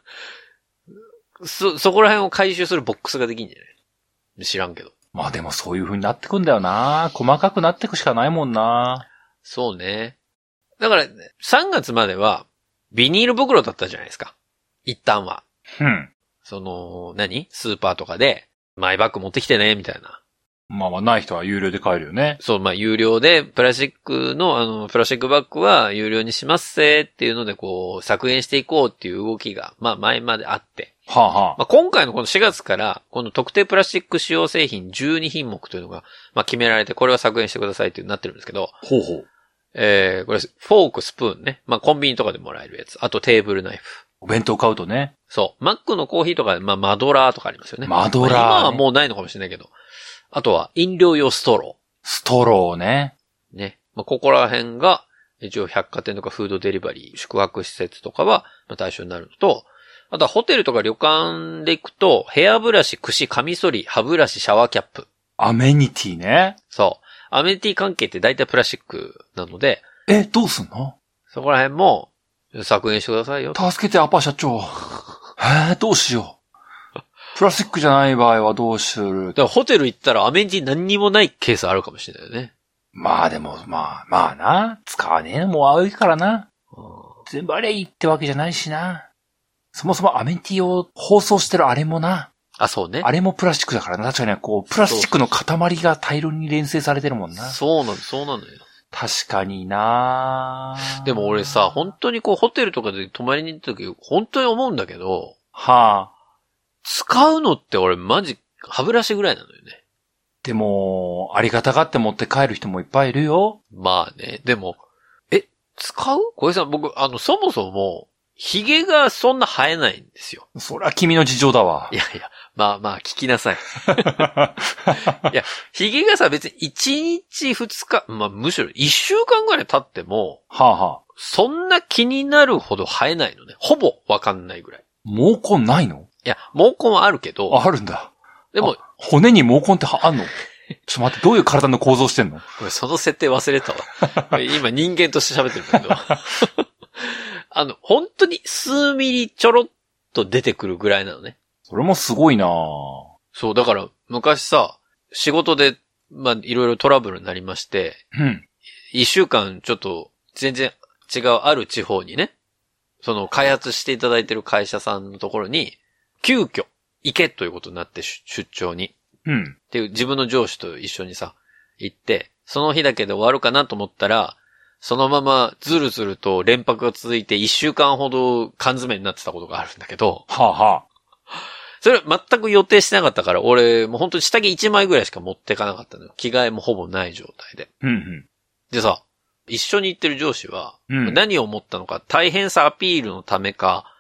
そ、そこら辺を回収するボックスができんじゃない？知らんけど。 まあでもそういう風になってくんだよな。細かくなってくしかないもんな。 そうね。だから、ね、さんがつまでは、ビニール袋だったじゃないですか。一旦は。 うん。 その、何？スーパーとかで、マイバッグ持ってきてね、みたいな。 まあまあ、ない人は有料で買えるよね。 そう、まあ、有料で、プラスチックの、あの、プラスチックバッグは有料にしますせっていうので、こう、削減していこうっていう動きが、まあ、前まであって。 はあはあ。 まあ、今回のこのしがつから、この特定プラスチック使用製品じゅうにひんもくというのが、まあ、決められて、これは削減してくださいっていうなってるんですけど。 ほうほう。 えー、これ、フォーク、スプーンね。まあ、コンビニとかでもらえるやつ。あとテーブルナイフ。 お弁当買うとね。 そう。マックのコーヒーとかで、まあ、マドラーとかありますよね。 マドラー、ね。まあ、今はもうないのかもしれないけど。あとは、飲料用ストロー。 ストローね。 ね。まあ、ここら辺が、一応百貨店とかフードデリバリー、宿泊施設とかは対象になるのと、あとはホテルとか旅館で行くと、ヘアブラシ、櫛、カミソリ、歯ブラシ、シャワーキャップ。 アメニティね。 そう。アメニティ関係って大体プラスチックなので。 え、どうすんの？そこら辺も削減してくださいよ。 助けてアパ社長。えー、どうしよう。プラスチックじゃない場合はどうする？ だからホテル行ったらアメニティ何にもないケースあるかもしれないよね。 まあでも、まあ、まあな。使わねえのも多いからな。うん、全部あれいいってわけじゃないしな。そもそもアメニティを包装してるあれもな。 あ、そうね。 あれもプラスチックだからな。確かにこう、プラスチックの塊が大量に連成されてるもんな。 そうなの、そうなのよ。 確かにな。 でも俺さ、本当にこう、ホテルとかで泊まりに行った時、本当に思うんだけど。 はあ。 使うのって俺マジ、歯ブラシぐらいなのよね。 でも、ありがたがって持って帰る人もいっぱいいるよ。 まあね。でも、え、使う？小江さん、僕、あの、そもそも、髭がそんな生えないんですよ。 そりゃ君の事情だわ。 いやいや、まあまあ、聞きなさい。いや、髭がさ、別にいちにちふつか、まあむしろいっしゅうかんぐらい経っても、 はあはあ、 そんな気になるほど生えないのね。ほぼわかんないぐらい。 毛根ないの？ いや、毛根はあるけど。 あるんだ。 でも、 骨に毛根ってあんの？ちょっと待って、どういう体の構造してんの？ これその設定忘れたわ。今人間として喋ってるんだけど。あの、本当に数ミリちょろっと出てくるぐらいなのね。 それもすごいなぁ。 そう、だから昔さ、仕事で、まあ、いろいろトラブルになりまして、 うん。 一週間ちょっと全然違うある地方にね、その開発していただいてる会社さんのところに、急遽行けということになって出張に。 うん。 っていう自分の上司と一緒にさ、行って、その日だけで終わるかなと思ったら、そのままずるずると連泊が続いて一週間ほど缶詰になってたことがあるんだけど。 はあはあ。 それ全く予定してなかったから、俺もう本当に下着いちまいぐらいしか持ってかなかったのよ。着替えもほぼない状態で。 うんうん。 でさ、一緒に行ってる上司は、 うん、 何を思ったのか、大変さアピールのためか、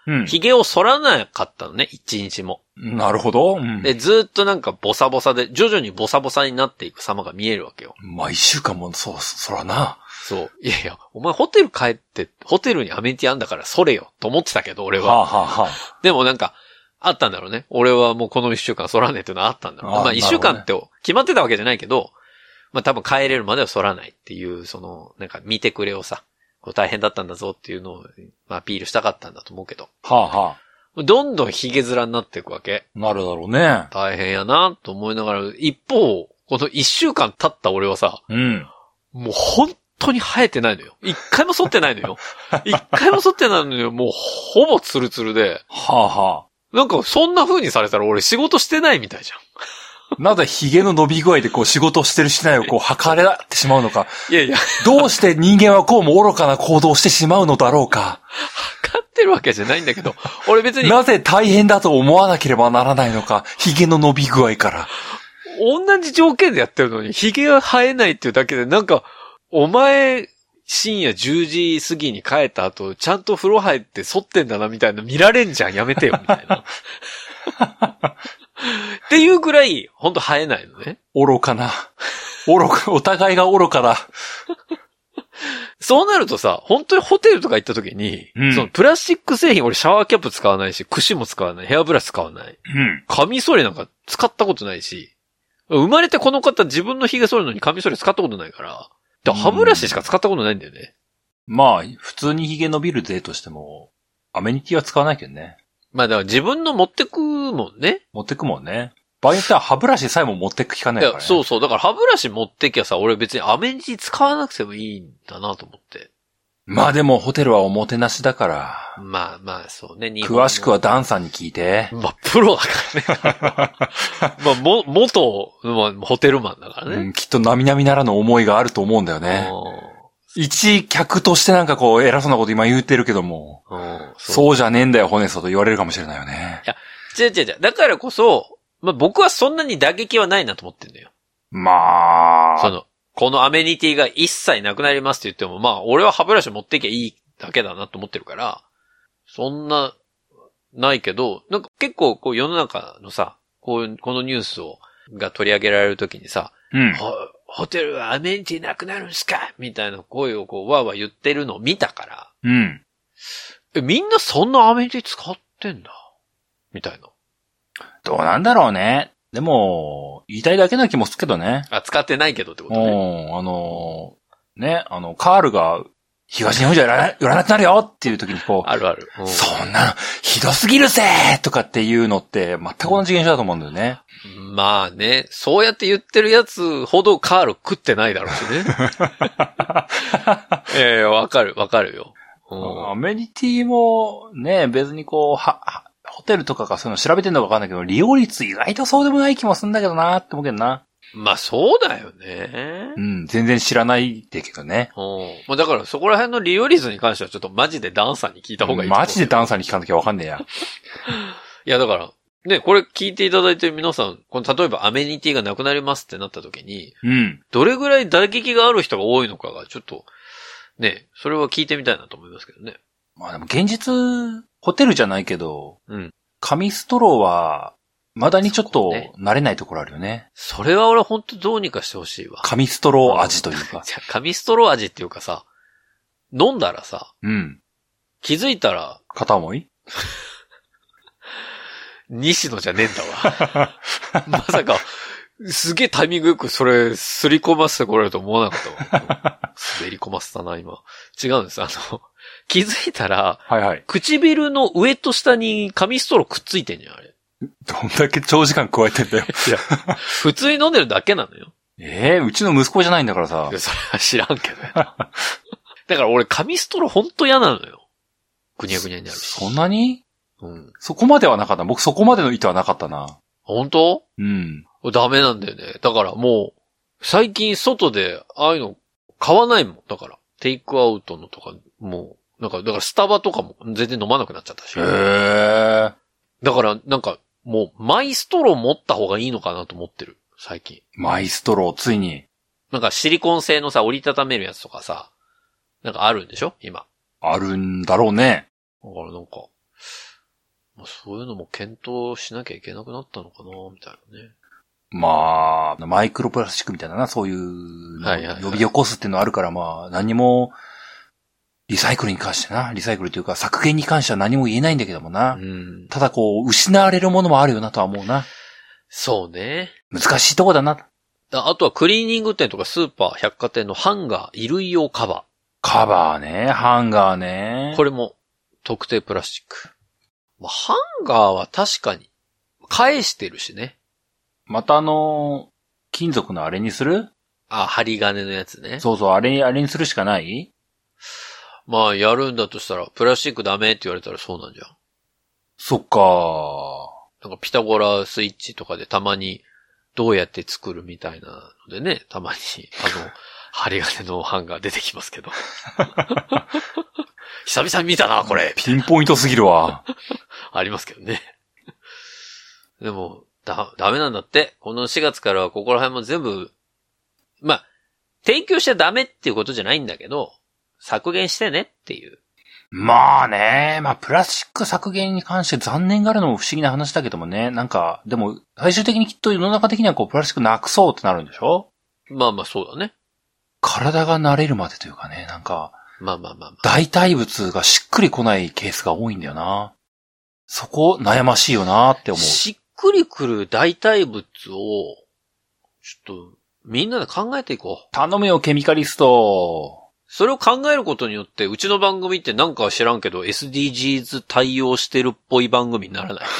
うん。 髭を剃らなかったのね、一日も。 なるほど。うん、 で、ずっとなんかボサボサで、徐々にボサボサになっていく様が見えるわけよ。 まあ、一週間も、そう、そらな。 そう。いやいや、お前ホテル帰って、ホテルにアメニティあんだからそれよ、と思ってたけど、俺は。 はあ、はあはあ、 でもなんか、あったんだろうね。俺はもうこの一週間剃らねえっていうのはあったんだろう。あまあ一週間って決まってたわけじゃないけど、まあ多分帰れるまでは剃らないっていう、その、なんか見てくれをさ、こう大変だったんだぞっていうのを、まあアピールしたかったんだと思うけど。 はあはあ。どんどんヒゲ面になっていくわけ。 なるだろうね。 大変やなと思いながら、一方、この一週間経った俺はさ、 うん。 もう本当に生えてないのよ。一回も剃ってないのよ。一回も剃ってないのよ。もうほぼツルツルで。 はあはあ。 なんかそんな風にされたら俺仕事してないみたいじゃん。 なぜ髭の伸び具合でこう仕事をしてるしないをこう測れてしまうのか。 いやいや。 どうして人間はこうも愚かな行動をしてしまうのだろうか。 測ってるわけじゃないんだけど、俺別に。 なぜ大変だと思わなければならないのか。髭の伸び具合から。 同じ条件でやってるのに髭が生えないっていうだけでなんか、お前、深夜じゅうじ過ぎに帰った後、ちゃんと風呂入って剃ってんだなみたいな見られんじゃん、やめてよ、みたいな。っていうぐらい、ほんと生えないのね。 愚かな。愚か、お互いが愚かだ。 そうなるとさ、本当にホテルとか行った時に、うん、そのプラスチック製品、俺シャワーキャップ使わないし、櫛も使わない、ヘアブラシ使わない。 うん。 カミソリなんか使ったことないし、生まれてこの方自分の髭剃るのにカミソリ使ったことないから、だから歯ブラシしか使ったことないんだよね。 まあ、普通に髭伸びる例としても、アメニティは使わないけどね。 まあだから自分の持ってくもんね。 持ってくもんね。場合によっては歯ブラシさえも持ってく聞かないからね。いや、 そうそう。だから歯ブラシ持ってきゃさ、俺別にアメニティ使わなくてもいいんだなと思って。まあでもホテルはおもてなしだから。 まあまあそうね。 詳しくはダンさんに聞いて。 まあプロだからね。まあも、元、まあ、ホテルマンだからね。 うん、きっと並々ならぬ思いがあると思うんだよね。一客としてなんかこう偉そうなこと今言ってるけども。そう、そうじゃねえんだよ、ホネストと言われるかもしれないよね。 いや、違う違う違う。だからこそ、まあ僕はそんなに打撃はないなと思ってんだよ。 まあ。 その、このアメニティが一切なくなりますって言っても、まあ俺は歯ブラシ持ってきゃいいだけだなと思ってるから、そんな、ないけど、なんか結構こう世の中のさ、こういう、このニュースを、が取り上げられるときにさ、 うん、 ホテルはアメニティなくなるんすかみたいな声をこうわーわー言ってるのを見たから、 うん。 え、みんなそんなアメニティ使ってんだみたいな。 どうなんだろうね。でも、言いたいだけな気もするけどね。 あ、使ってないけどってことね。 うん、あの、ね、あの、カールが、東日本じゃ売らな、売らなくなるよっていう時にこう。 あるある。 うん、そんなの、ひどすぎるぜとかっていうのって、全く同じ現象だと思うんだよね。 まあね、そうやって言ってるやつほどカール食ってないだろうしね。いやいや、わかる、わかるよ。 うん、アメニティも、ね、別にこう、は、はホテルとかがそういうの調べてんのかわかんないけど、利用率意外とそうでもない気もするんだけどなって思うけどな。 まあそうだよね。 うん、全然知らないでけどね。 うん。まあだからそこら辺の利用率に関してはちょっとマジでダンさんに聞いた方がいい。 マジでダンさんに聞かなきゃわかんねえや。 いやだから、ね、これ聞いていただいてる皆さん、この例えばアメニティがなくなりますってなった時に、 うん。 どれぐらい打撃がある人が多いのかがちょっと、ね、それは聞いてみたいなと思いますけどね。 まあでも現実、ホテルじゃないけど、 うん。 紙ストローは、まだにちょっと慣れないところあるよね。 それは俺ほんとどうにかしてほしいわ。 紙ストロー味というか。 じゃ紙ストロー味っていうかさ、飲んだらさ、 うん。 気づいたら、 片思い西野じゃねえんだわ。まさか、すげえタイミングよくそれ、すり込ませてこられると思わなかったわ。滑り込ませたな、今。違うんです。あの、気づいたら、 はいはい。 唇の上と下に紙ストローくっついてんじゃん、あれ。 どんだけ長時間加えてんだよ。 いや、普通に飲んでるだけなのよ。 ええー、うちの息子じゃないんだからさ。 それは知らんけど。だから俺紙ストローほんと嫌なのよ。ぐにゃぐにゃになるし。 そんなに？ うん。 そこまではなかった。僕そこまでの意図はなかったな。 本当？ うん。 ダメなんだよね。だからもう、最近外でああいうの買わないもん。だから、テイクアウトのとか、もう、なんか、だからスタバとかも全然飲まなくなっちゃったし。 へー。 だから、なんか、もう、マイストロー持った方がいいのかなと思ってる。最近。 マイストロー、ついに。 なんかシリコン製のさ、折りたためるやつとかさ、なんかあるんでしょ今。 あるんだろうね。 だからなんか、 そういうのも検討しなきゃいけなくなったのかな、みたいなね。 まあ、マイクロプラスチックみたいなな、そういうのを呼び起こすっていうのはあるから、まあ、何も、リサイクルに関してな、リサイクルというか削減に関しては何も言えないんだけどもな。うん、ただこう、失われるものもあるよなとは思うな。 そうね。 難しいとこだな。 あとはクリーニング店とかスーパー、百貨店のハンガー、衣類用カバー。 カバーね、ハンガーね。 これも特定プラスチック。まあ、ハンガーは確かに返してるしね。 またあの、金属のあれにする？ あ、針金のやつね。 そうそう、あれ、あれにするしかない？ まあ、やるんだとしたら、プラスチックダメって言われたらそうなんじゃん。 そっか。 なんかピタゴラスイッチとかでたまにどうやって作るみたいなのでね、たまにあの、針金のハンガー出てきますけど。久々に見たな、これ。 ピンポイントすぎるわ。 ありますけどね。でも、だ、ダメなんだって。このしがつからはここら辺も全部、まあ、提供しちゃダメっていうことじゃないんだけど、削減してねっていう。 まあね、まあプラスチック削減に関して残念があるのも不思議な話だけどもね、なんか、でも最終的にきっと世の中的にはこうプラスチックなくそうってなるんでしょ？ まあまあそうだね。 体が慣れるまでというかね、なんか、 まあまあまあまあ。 代替物がしっくりこないケースが多いんだよな。そこ悩ましいよなって思う。 しっくりくる代替物を、ちょっと、みんなで考えていこう。 頼むよ、ケミカリスト。 それを考えることによって、うちの番組ってなんか知らんけど エスディージーズ 対応してるっぽい番組にならない。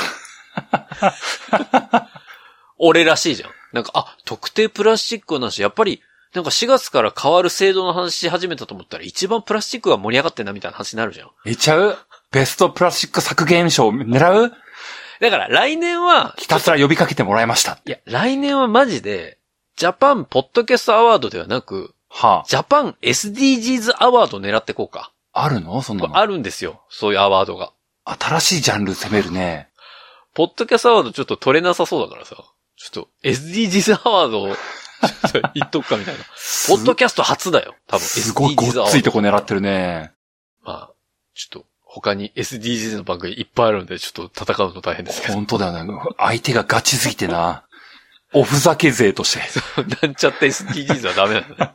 俺らしいじゃん。なんか、あ、特定プラスチックの話、やっぱり、なんかしがつから変わる制度の話し始めたと思ったら一番プラスチックが盛り上がってんなみたいな話になるじゃん。 いっちゃう？ベストプラスチック削減賞狙う？ だから来年は、 ひたすら呼びかけてもらいました。 いや、来年はマジで、ジャパンポッドキャストアワードではなく、はあ、ジャパン エスディージーズ アワード狙ってこうか。 あるの？そんなの。 あるんですよ。そういうアワードが。 新しいジャンル攻めるね。 ポッドキャストアワードちょっと取れなさそうだからさ。ちょっと エスディージーズ アワードをちょっと言っとくかみたいな。ポッドキャスト初だよ。多分 エスディージーズ アワード。 すごいごっついとこ狙ってるね。 まあ、ちょっと他に エスディージーズ の番組いっぱいあるんでちょっと戦うの大変ですけど。 本当だよね。相手がガチすぎてな。おふざけ勢として。 そう、なんちゃって エスディージーズ はダメなんだね。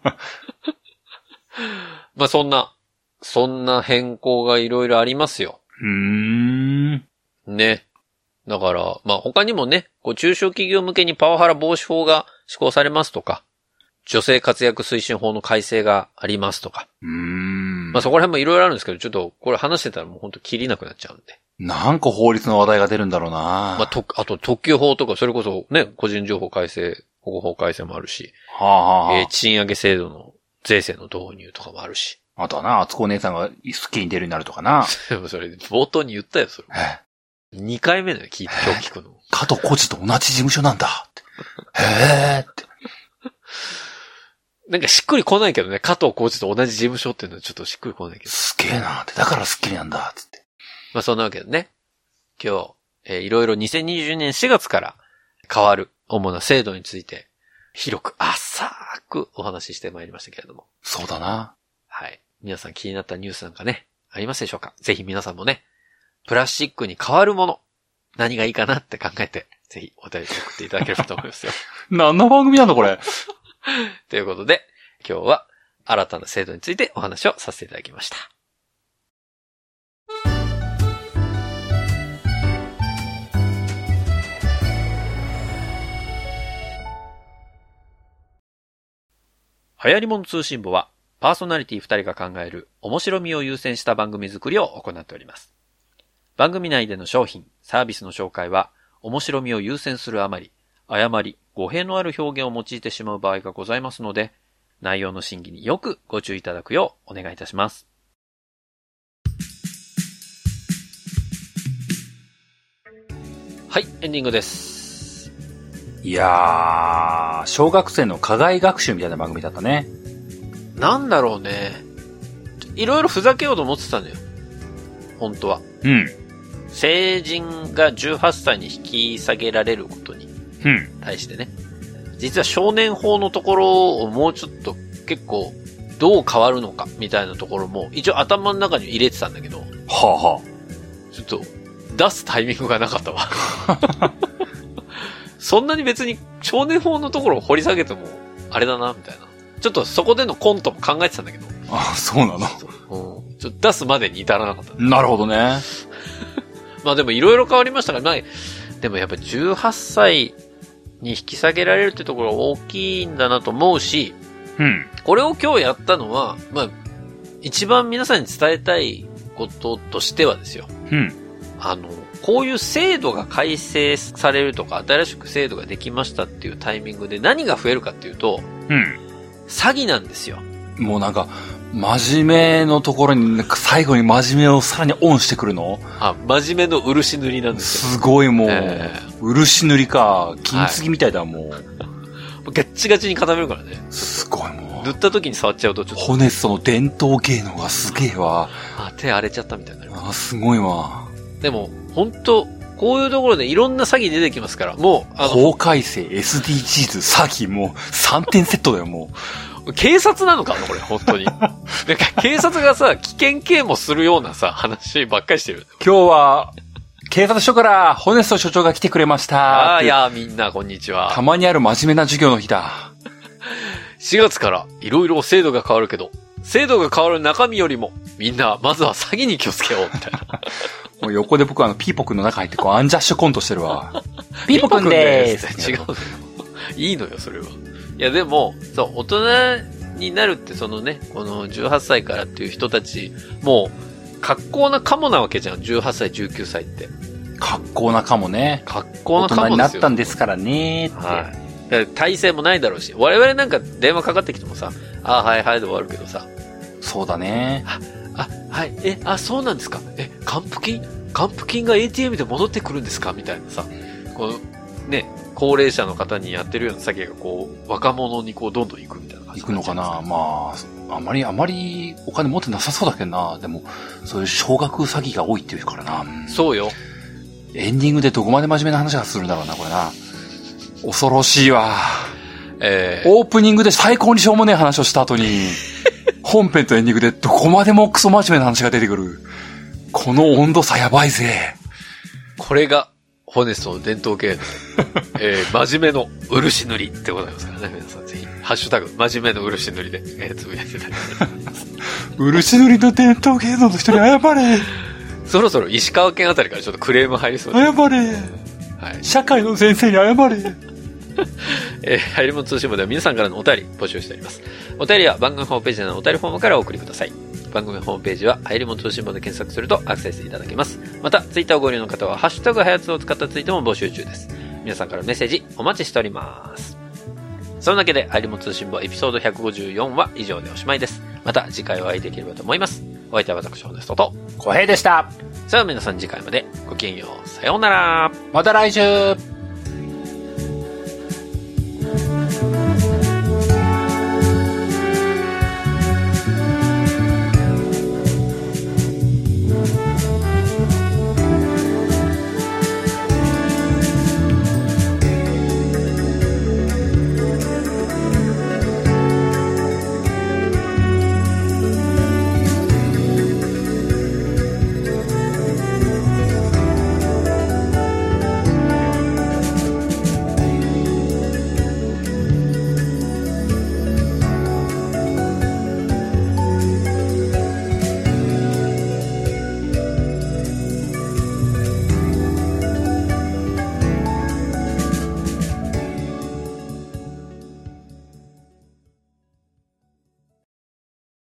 まあそんな、そんな変更がいろいろありますよ。 うーん。 ね。だから、まあ他にもね、こう中小企業向けにパワハラ防止法が施行されますとか、女性活躍推進法の改正がありますとか。 うーん。 まあそこら辺もいろいろあるんですけど、ちょっとこれ話してたらもうほんと切りなくなっちゃうんで。 なんか法律の話題が出るんだろうな。 まあと、あと特許法とかそれこそね、個人情報改正、保護法改正もあるし。 はあはあ、 えー、賃上げ制度の税制の導入とかもあるし。 あとはな、厚子姉さんがスッキリに出るようになるとかな。 でもそれ、冒頭に言ったよ、それ。にかいめだよ、聞いて、今日聞くの。 加藤浩次と同じ事務所なんだって。へーって。 なんかしっくりこないけどね、加藤浩次と同じ事務所っていうのはちょっとしっくりこないけど。 すげえなって、だからスッキリなんだ、つって。 まあそんなわけでね、今日、えー、いろいろにせんにじゅうねんしがつから変わる主な制度について、広く浅くお話ししてまいりましたけれども。 そうだな。 はい。皆さん気になったニュースなんかね、ありますでしょうか？ぜひ皆さんもね、プラスチックに変わるもの、何がいいかなって考えて、ぜひお便り送っていただければと思いますよ。 何の番組なんだこれ。 ということで、今日は新たな制度についてお話をさせていただきました。流行り物通信簿は、パーソナリティふたりが考える面白みを優先した番組作りを行っております。番組内での商品、サービスの紹介は、面白みを優先するあまり、誤り、語弊のある表現を用いてしまう場合がございますので、内容の審議によくご注意いただくようお願いいたします。はい、エンディングです。 いやー、小学生の課外学習みたいな番組だったね。 なんだろうね。いろいろふざけようと思ってたんだよ。本当は。 うん。 成人がじゅうはっさいに引き下げられることに対してね。うん、実は少年法のところをもうちょっと結構どう変わるのかみたいなところも一応頭の中に入れてたんだけど。 はあはあ。 ちょっと出すタイミングがなかったわ。そんなに別に少年法のところを掘り下げても、あれだな、みたいな。ちょっとそこでのコントも考えてたんだけど。 ああ、そうなの、 うん、ちょっと出すまでに至らなかった。 なるほどね。 まあでもいろいろ変わりましたから、まあ、でもやっぱじゅうはっさいに引き下げられるってところは大きいんだなと思うし、 うん。 これを今日やったのは、まあ、一番皆さんに伝えたいこととしてはですよ。 うん。 あの、こういう制度が改正されるとか、新しく制度ができましたっていうタイミングで何が増えるかっていうと、 うん。 詐欺なんですよ。 もうなんか、真面目のところに、なんか最後に真面目をさらにオンしてくるの？ あ、真面目の漆塗りなんですよ。 すごいもう、 えー、 漆塗りか、金継ぎみたいだ、はい、もう。 ガッチガチに固めるからね。 すごいもう。 塗った時に触っちゃうとちょっと。 ホネストの伝統芸能がすげえわ。 あ、手荒れちゃったみたいになる。 あ、すごいわ。 でも、ほんと、こういうところでいろんな詐欺出てきますから、もう、 あの、法改正、エスディージーズ、詐欺、もう、さんてんセットだよ、もう。 警察なのかなこれ、本当に。なんか、警察がさ、危険啓蒙するようなさ、話ばっかりしてる。 今日は、警察署から、ホネスト所長が来てくれました。 ああ、いや、みんな、こんにちは。 たまにある真面目な授業の日だ。 しがつから、いろいろ制度が変わるけど、制度が変わる中身よりも、みんな、まずは詐欺に気をつけよう、みたいな。 もう横で僕はあの、ピーポくんの中入ってこう、アンジャッシュコントしてるわ。ピーポくんでーす。 違うのよ。いいのよ、それは。いや、でも、そう、大人になるって、そのね、このじゅうはっさいからっていう人たち、もう、格好なカモなわけじゃん、じゅうはっさい、じゅうきゅうさいって。 格好なカモね。 格好なカモですよ。 大人になったんですからねーって。 はい。だから体制もないだろうし、我々なんか電話かかってきてもさ、ああ、はいはいで終わるけどさ。 そうだね。 あ、あ、はい、え、あ、そうなんですか。え、還付金還付金が エーティーエム で戻ってくるんですかみたいなさ、この、ね、高齢者の方にやってるような詐欺がこう、若者にこう、どんどん行くみたいな感じ。 行くのかな。まあ、あまり、あまりお金持ってなさそうだけどな。でも、そういう少額詐欺が多いっていうからな。 そうよ。 エンディングでどこまで真面目な話がするんだろうな、これな。恐ろしいわ。えー、オープニングで最高にしょうもねえ話をした後に、本編とエンディングでどこまでもクソ真面目な話が出てくる。この温度差やばいぜ。 これが、ホネストの伝統芸能、えー、真面目の漆塗りってございますからね、皆さんぜひ、ハッシュタグ、真面目の漆塗りで、えー、つぶやいていただきます。 漆塗りの伝統芸能の人に謝れ。 そろそろ石川県あたりからちょっとクレーム入りそうです。 謝れ。はい。社会の先生に謝れ。 えー、ハイリモン通信簿では皆さんからのお便り募集しております。お便りは番組ホームページのお便りフォームからお送りください。番組ホームページはハイリモン通信簿で検索するとアクセスいただけます。また、ツイッターをご利用の方はハッシュタグハヤツを使ったツイートも募集中です。皆さんからメッセージお待ちしております。そのだけでハイリモン通信簿エピソードひゃくごじゅうよんは以上でおしまいです。また次回お会いできればと思います。お相手は私ホネストと小平でした。 さあ皆さん次回までごきげんよう。さようなら。 また来週。